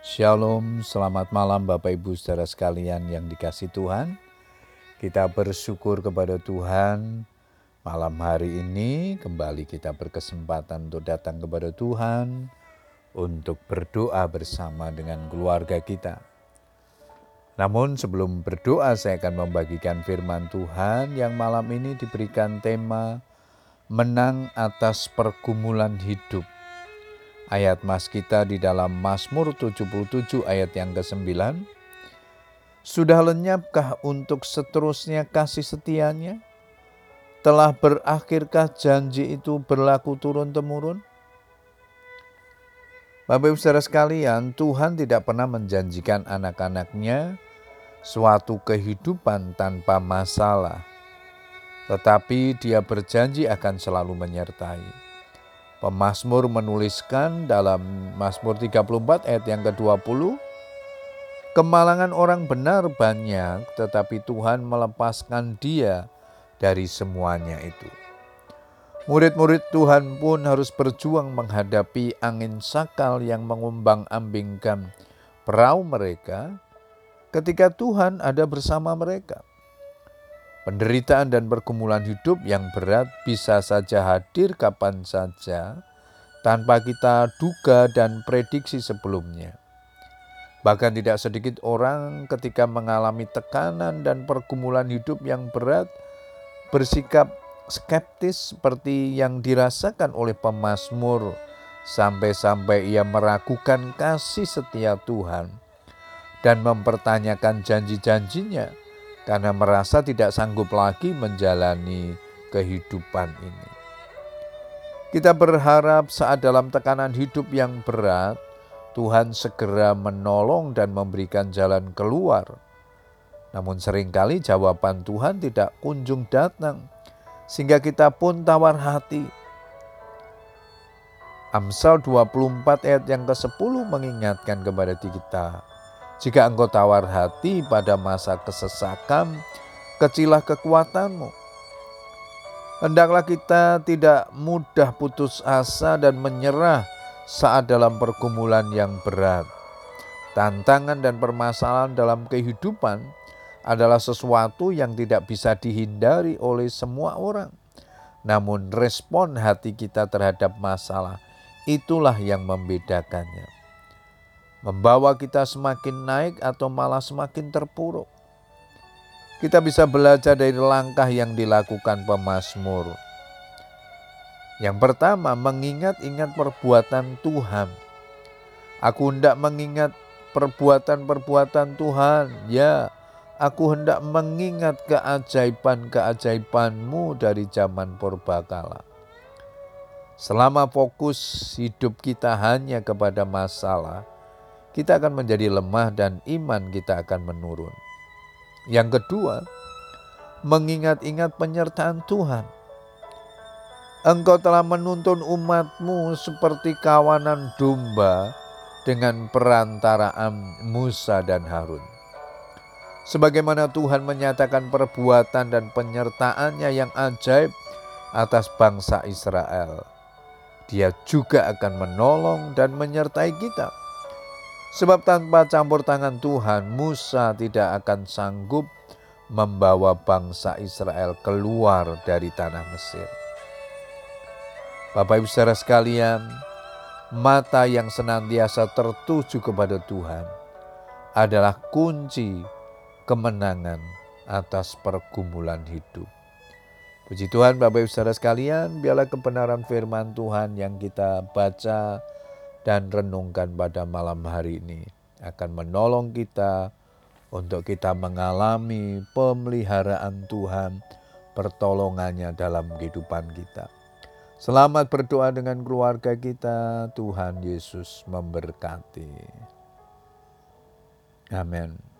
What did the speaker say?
Shalom, selamat malam Bapak Ibu saudara sekalian yang dikasihi Tuhan. Kita bersyukur kepada Tuhan, malam hari ini kembali kita berkesempatan untuk datang kepada Tuhan, untuk berdoa bersama dengan keluarga kita. Namun sebelum berdoa saya akan membagikan firman Tuhan yang malam ini diberikan tema Menang atas pergumulan hidup. Ayat mas kita di dalam Mazmur 77 ayat yang ke-9. Sudah lenyapkah untuk seterusnya kasih setianya? Telah berakhirkah janji itu berlaku turun-temurun? Bapak Ibu saudara sekalian, Tuhan tidak pernah menjanjikan anak-anaknya suatu kehidupan tanpa masalah. Tetapi Dia berjanji akan selalu menyertai. Pemazmur menuliskan dalam Mazmur 34 ayat yang ke-20, kemalangan orang benar banyak, tetapi Tuhan melepaskan dia dari semuanya itu. Murid-murid Tuhan pun harus berjuang menghadapi angin sakal yang mengumbang-ambingkan perahu mereka ketika Tuhan ada bersama mereka. Penderitaan dan pergumulan hidup yang berat bisa saja hadir kapan saja tanpa kita duga dan prediksi sebelumnya. Bahkan tidak sedikit orang ketika mengalami tekanan dan pergumulan hidup yang berat bersikap skeptis seperti yang dirasakan oleh pemazmur, sampai-sampai ia meragukan kasih setia Tuhan dan mempertanyakan janji-janjinya karena merasa tidak sanggup lagi menjalani kehidupan ini. Kita berharap saat dalam tekanan hidup yang berat, Tuhan segera menolong dan memberikan jalan keluar. Namun seringkali jawaban Tuhan tidak kunjung datang, sehingga kita pun tawar hati. Amsal 24 ayat yang ke-10 mengingatkan kepada kita, jika engkau tawar hati pada masa kesesakan, kecilah kekuatanmu. Hendaklah kita tidak mudah putus asa dan menyerah saat dalam pergumulan yang berat. Tantangan dan permasalahan dalam kehidupan adalah sesuatu yang tidak bisa dihindari oleh semua orang. Namun respon hati kita terhadap masalah, itulah yang membedakannya. Membawa kita semakin naik atau malah semakin terpuruk. Kita bisa belajar dari langkah yang dilakukan pemazmur. Yang pertama, mengingat-ingat perbuatan Tuhan. Aku hendak mengingat perbuatan-perbuatan Tuhan. Ya, aku hendak mengingat keajaiban-keajaiban-Mu dari zaman purbakala. Selama fokus hidup kita hanya kepada masalah, kita akan menjadi lemah dan iman kita akan menurun. Yang kedua, mengingat-ingat penyertaan Tuhan. Engkau telah menuntun umat-Mu seperti kawanan domba dengan perantaraan Musa dan Harun. Sebagaimana Tuhan menyatakan perbuatan dan penyertaan-Nya yang ajaib atas bangsa Israel, Dia juga akan menolong dan menyertai kita. Sebab tanpa campur tangan Tuhan, Musa tidak akan sanggup membawa bangsa Israel keluar dari tanah Mesir. Bapak Ibu saudara sekalian, mata yang senantiasa tertuju kepada Tuhan adalah kunci kemenangan atas pergumulan hidup. Puji Tuhan Bapak Ibu saudara sekalian, biarlah kebenaran firman Tuhan yang kita baca dan renungkan pada malam hari ini akan menolong kita untuk kita mengalami pemeliharaan Tuhan, pertolongannya dalam kehidupan kita. Selamat berdoa dengan keluarga kita, Tuhan Yesus memberkati. Amin.